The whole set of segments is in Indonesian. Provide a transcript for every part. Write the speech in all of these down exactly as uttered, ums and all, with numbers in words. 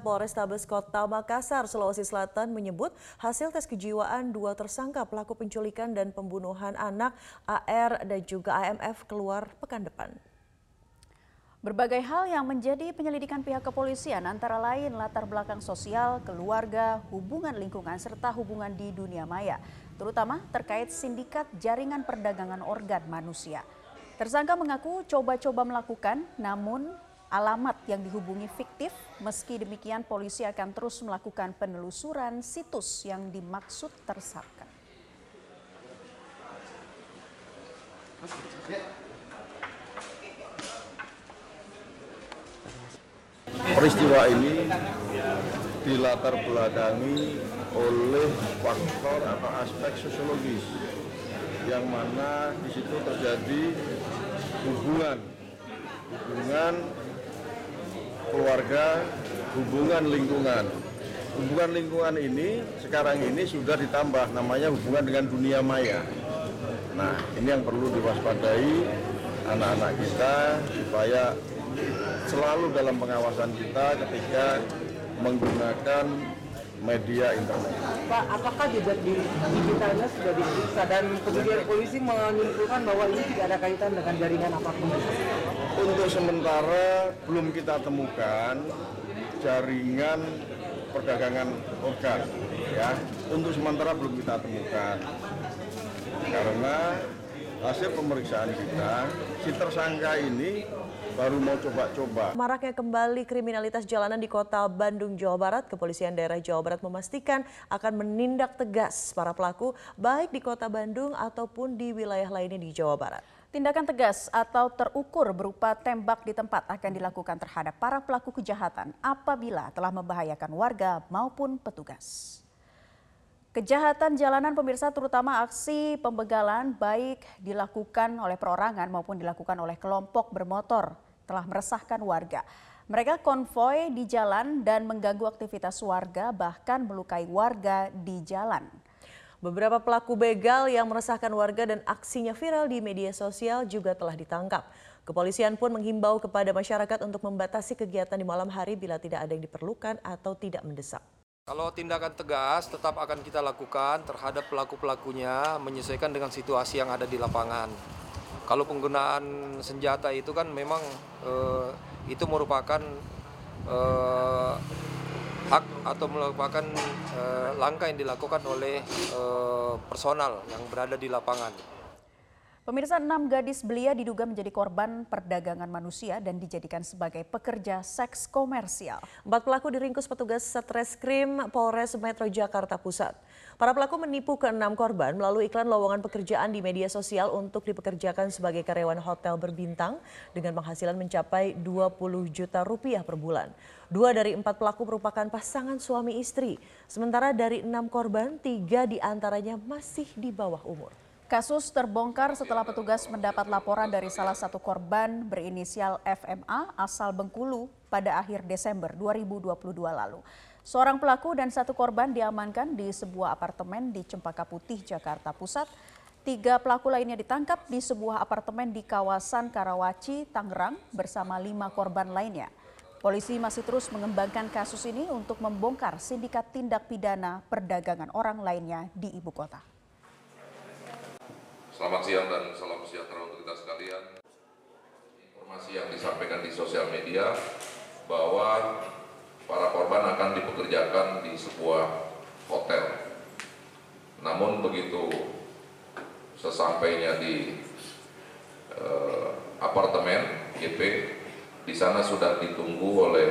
Polrestabes Kota Makassar, Sulawesi Selatan menyebut hasil tes kejiwaan dua tersangka pelaku penculikan dan pembunuhan anak A R dan juga A M F keluar pekan depan. Berbagai hal yang menjadi penyelidikan pihak kepolisian antara lain latar belakang sosial, keluarga, hubungan lingkungan, serta hubungan di dunia maya, terutama terkait sindikat jaringan perdagangan organ manusia. Tersangka mengaku coba-coba melakukan, namun alamat yang dihubungi fiktif. Meski demikian, polisi akan terus melakukan penelusuran situs yang dimaksud tersangka. Peristiwa ini dilatar belakangi oleh faktor atau aspek sosiologis yang mana di situ terjadi hubungan hubungan keluarga, hubungan lingkungan. Hubungan lingkungan ini sekarang ini sudah ditambah namanya hubungan dengan dunia maya. Nah, ini yang perlu diwaspadai anak-anak kita supaya selalu dalam pengawasan kita ketika menggunakan media internet. Pak, apakah jejak di digitalnya sudah diperiksa dan kemudian polisi menyimpulkan bahwa ini tidak ada kaitan dengan jaringan apapun? Untuk sementara belum kita temukan jaringan perdagangan organ, ya. Untuk sementara belum kita temukan karena hasil pemeriksaan kita si tersangka ini baru mau coba-coba. Maraknya kembali kriminalitas jalanan di kota Bandung, Jawa Barat, kepolisian daerah Jawa Barat memastikan akan menindak tegas para pelaku baik di kota Bandung ataupun di wilayah lainnya di Jawa Barat. Tindakan tegas atau terukur berupa tembak di tempat akan dilakukan terhadap para pelaku kejahatan apabila telah membahayakan warga maupun petugas. Kejahatan jalanan pemirsa, terutama aksi pembegalan baik dilakukan oleh perorangan maupun dilakukan oleh kelompok bermotor telah meresahkan warga. Mereka konvoy di jalan dan mengganggu aktivitas warga, bahkan melukai warga di jalan. Beberapa pelaku begal yang meresahkan warga dan aksinya viral di media sosial juga telah ditangkap. Kepolisian pun menghimbau kepada masyarakat untuk membatasi kegiatan di malam hari bila tidak ada yang diperlukan atau tidak mendesak. Kalau tindakan tegas tetap akan kita lakukan terhadap pelaku-pelakunya menyesuaikan dengan situasi yang ada di lapangan. Kalau penggunaan senjata itu kan memang eh, itu merupakan eh, hak atau merupakan eh, langkah yang dilakukan oleh eh, personal yang berada di lapangan. Pemirsa, enam gadis belia diduga menjadi korban perdagangan manusia dan dijadikan sebagai pekerja seks komersial. Empat pelaku diringkus petugas Satreskrim Polres Metro Jakarta Pusat. Para pelaku menipu keenam korban melalui iklan lowongan pekerjaan di media sosial untuk dipekerjakan sebagai karyawan hotel berbintang dengan penghasilan mencapai dua puluh juta rupiah per bulan. Dua dari empat pelaku merupakan pasangan suami istri. Sementara dari enam korban, tiga diantaranya masih di bawah umur. Kasus terbongkar setelah petugas mendapat laporan dari salah satu korban berinisial F M A asal Bengkulu pada akhir Desember dua ribu dua puluh dua lalu. Seorang pelaku dan satu korban diamankan di sebuah apartemen di Cempaka Putih, Jakarta Pusat. Tiga pelaku lainnya ditangkap di sebuah apartemen di kawasan Karawaci, Tangerang bersama lima korban lainnya. Polisi masih terus mengembangkan kasus ini untuk membongkar sindikat tindak pidana perdagangan orang lainnya di ibu kota. Selamat siang dan salam sejahtera untuk kita sekalian. Informasi yang disampaikan di sosial media bahwa para korban akan dipekerjakan di sebuah hotel. Namun begitu sesampainya di eh, apartemen G P, di sana sudah ditunggu oleh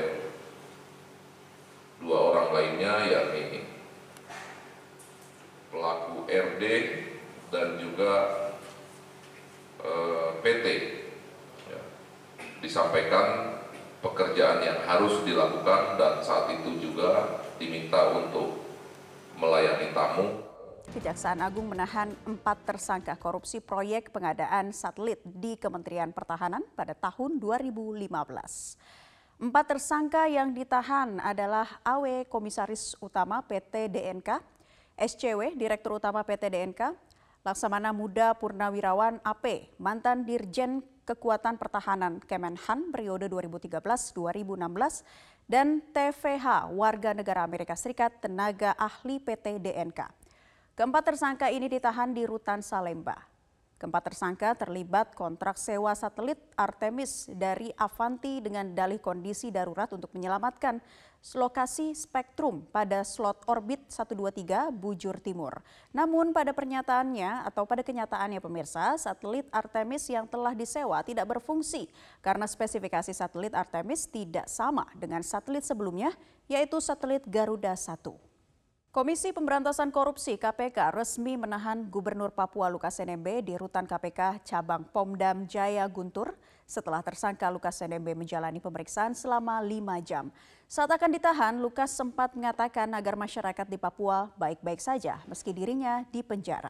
dua orang lainnya, yakni pelaku R D dan juga eh, P T. Ya. Disampaikan pekerjaan yang harus dilakukan dan saat itu juga diminta untuk melayani tamu. Kejaksaan Agung menahan empat tersangka korupsi proyek pengadaan satelit di Kementerian Pertahanan pada tahun dua ribu lima belas. Empat tersangka yang ditahan adalah A W Komisaris Utama P T D N K, S C W Direktur Utama P T D N K, Laksamana Muda Purnawirawan A P, mantan Dirjen Kekuatan Pertahanan Kemenhan periode dua ribu tiga belas sampai dua ribu enam belas dan T V H warga negara Amerika Serikat tenaga ahli P T D N K. Keempat tersangka ini ditahan di Rutan Salemba. Keempat tersangka terlibat kontrak sewa satelit Artemis dari Avanti dengan dalih kondisi darurat untuk menyelamatkan lokasi spektrum pada slot orbit seratus dua puluh tiga Bujur Timur. Namun pada pernyataannya atau pada kenyataannya pemirsa, satelit Artemis yang telah disewa tidak berfungsi karena spesifikasi satelit Artemis tidak sama dengan satelit sebelumnya, yaitu satelit Garuda satu. Komisi Pemberantasan Korupsi K P K resmi menahan Gubernur Papua Lukas N M B di Rutan K P K Cabang Pomdam Jaya Guntur setelah tersangka Lukas N M B menjalani pemeriksaan selama lima jam. Saat akan ditahan, Lukas sempat mengatakan agar masyarakat di Papua baik-baik saja meski dirinya di penjara.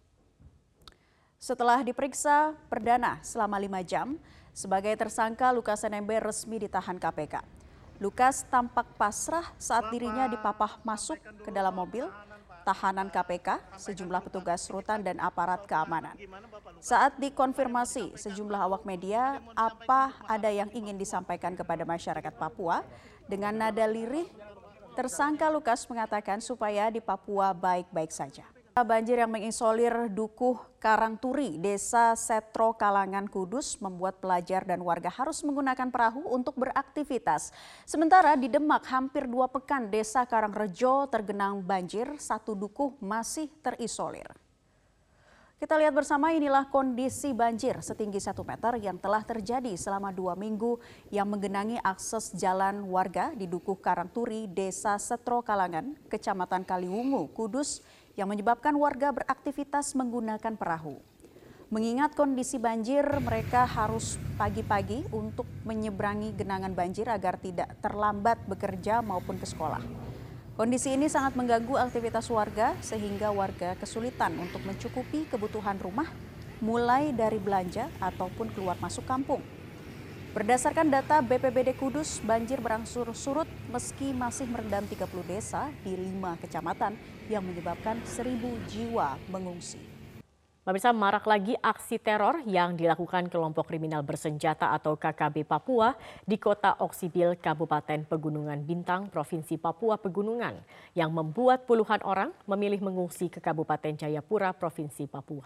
Setelah diperiksa perdana selama lima jam, sebagai tersangka Lukas N M B resmi ditahan K P K. Lukas tampak pasrah saat dirinya dipapah masuk ke dalam mobil tahanan K P K, sejumlah petugas rutan dan aparat keamanan. Saat dikonfirmasi sejumlah awak media apa ada yang ingin disampaikan kepada masyarakat Papua, dengan nada lirih, tersangka Lukas mengatakan supaya di Papua baik-baik saja. Banjir yang mengisolir Dukuh Karangturi, Desa Setro Kalangan Kudus membuat pelajar dan warga harus menggunakan perahu untuk beraktivitas. Sementara di Demak hampir dua pekan Desa Karangrejo tergenang banjir, satu dukuh masih terisolir. Kita lihat bersama inilah kondisi banjir setinggi satu meter yang telah terjadi selama dua minggu yang menggenangi akses jalan warga di Dukuh Karangturi, Desa Setro Kalangan, Kecamatan Kaliwungu, Kudus, yang menyebabkan warga beraktivitas menggunakan perahu. Mengingat kondisi banjir, mereka harus pagi-pagi untuk menyeberangi genangan banjir agar tidak terlambat bekerja maupun ke sekolah. Kondisi ini sangat mengganggu aktivitas warga sehingga warga kesulitan untuk mencukupi kebutuhan rumah, mulai dari belanja ataupun keluar masuk kampung. Berdasarkan data B P B D Kudus, banjir berangsur surut meski masih merendam tiga puluh desa di lima kecamatan yang menyebabkan seribu jiwa mengungsi. Pemirsa, marak lagi aksi teror yang dilakukan kelompok kriminal bersenjata atau K K B Papua di kota Oksibil, Kabupaten Pegunungan Bintang, Provinsi Papua Pegunungan, yang membuat puluhan orang memilih mengungsi ke Kabupaten Jayapura, Provinsi Papua.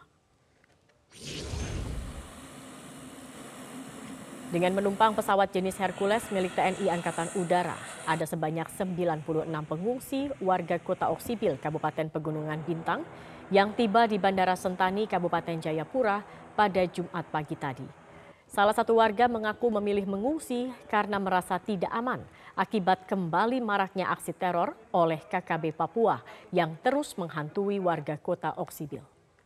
Dengan menumpang pesawat jenis Hercules milik T N I Angkatan Udara, ada sebanyak sembilan puluh enam pengungsi warga kota Oksibil, Kabupaten Pegunungan Bintang, yang tiba di Bandara Sentani, Kabupaten Jayapura pada Jumat pagi tadi. Salah satu warga mengaku memilih mengungsi karena merasa tidak aman akibat kembali maraknya aksi teror oleh K K B Papua yang terus menghantui warga kota Oksibil.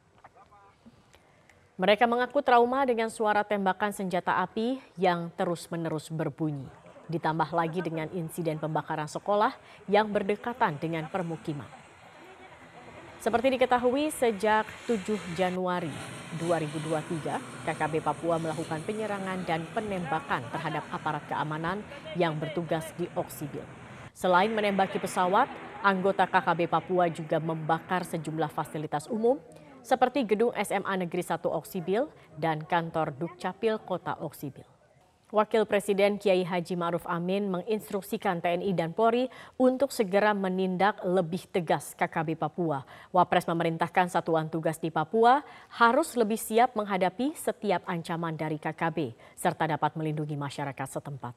Mereka mengaku trauma dengan suara tembakan senjata api yang terus-menerus berbunyi. Ditambah lagi dengan insiden pembakaran sekolah yang berdekatan dengan permukiman. Seperti diketahui, sejak tujuh Januari dua ribu dua puluh tiga, K K B Papua melakukan penyerangan dan penembakan terhadap aparat keamanan yang bertugas di Oksibil. Selain menembaki pesawat, anggota K K B Papua juga membakar sejumlah fasilitas umum seperti gedung S M A Negeri satu Oksibil dan kantor Dukcapil Kota Oksibil. Wakil Presiden Kiai Haji Ma'ruf Amin menginstruksikan T N I dan Polri untuk segera menindak lebih tegas K K B Papua. Wapres memerintahkan satuan tugas di Papua harus lebih siap menghadapi setiap ancaman dari K K B serta dapat melindungi masyarakat setempat.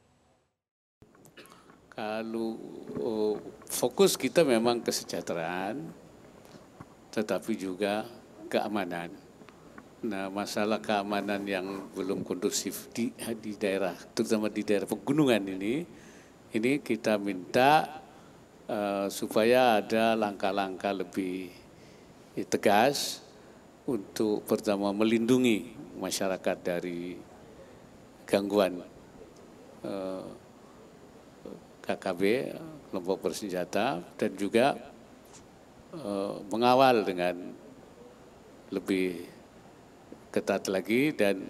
Kalau oh, fokus kita memang kesejahteraan, tetapi juga keamanan. Nah, masalah keamanan yang belum kondusif di, di daerah, terutama di daerah pegunungan ini, ini kita minta uh, supaya ada langkah-langkah lebih tegas untuk pertama melindungi masyarakat dari gangguan uh, K K B, kelompok bersenjata, dan juga uh, mengawal dengan lebih ketat lagi dan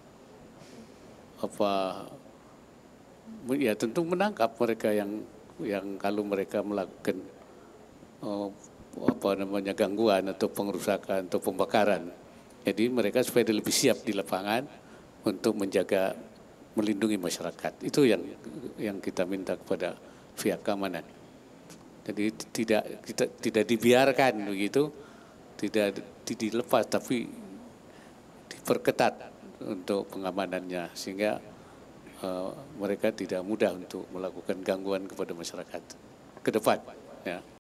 apa ya tentu menangkap mereka yang yang kalau mereka melakukan uh, apa namanya gangguan atau pengerusakan atau pembakaran. Jadi mereka supaya lebih siap di lapangan untuk menjaga, melindungi masyarakat. Itu yang yang kita minta kepada pihak keamanan. Jadi tidak kita tidak dibiarkan begitu, tidak dilepas, tapi diperketat untuk pengamanannya sehingga uh, mereka tidak mudah untuk melakukan gangguan kepada masyarakat ke depan. Ya.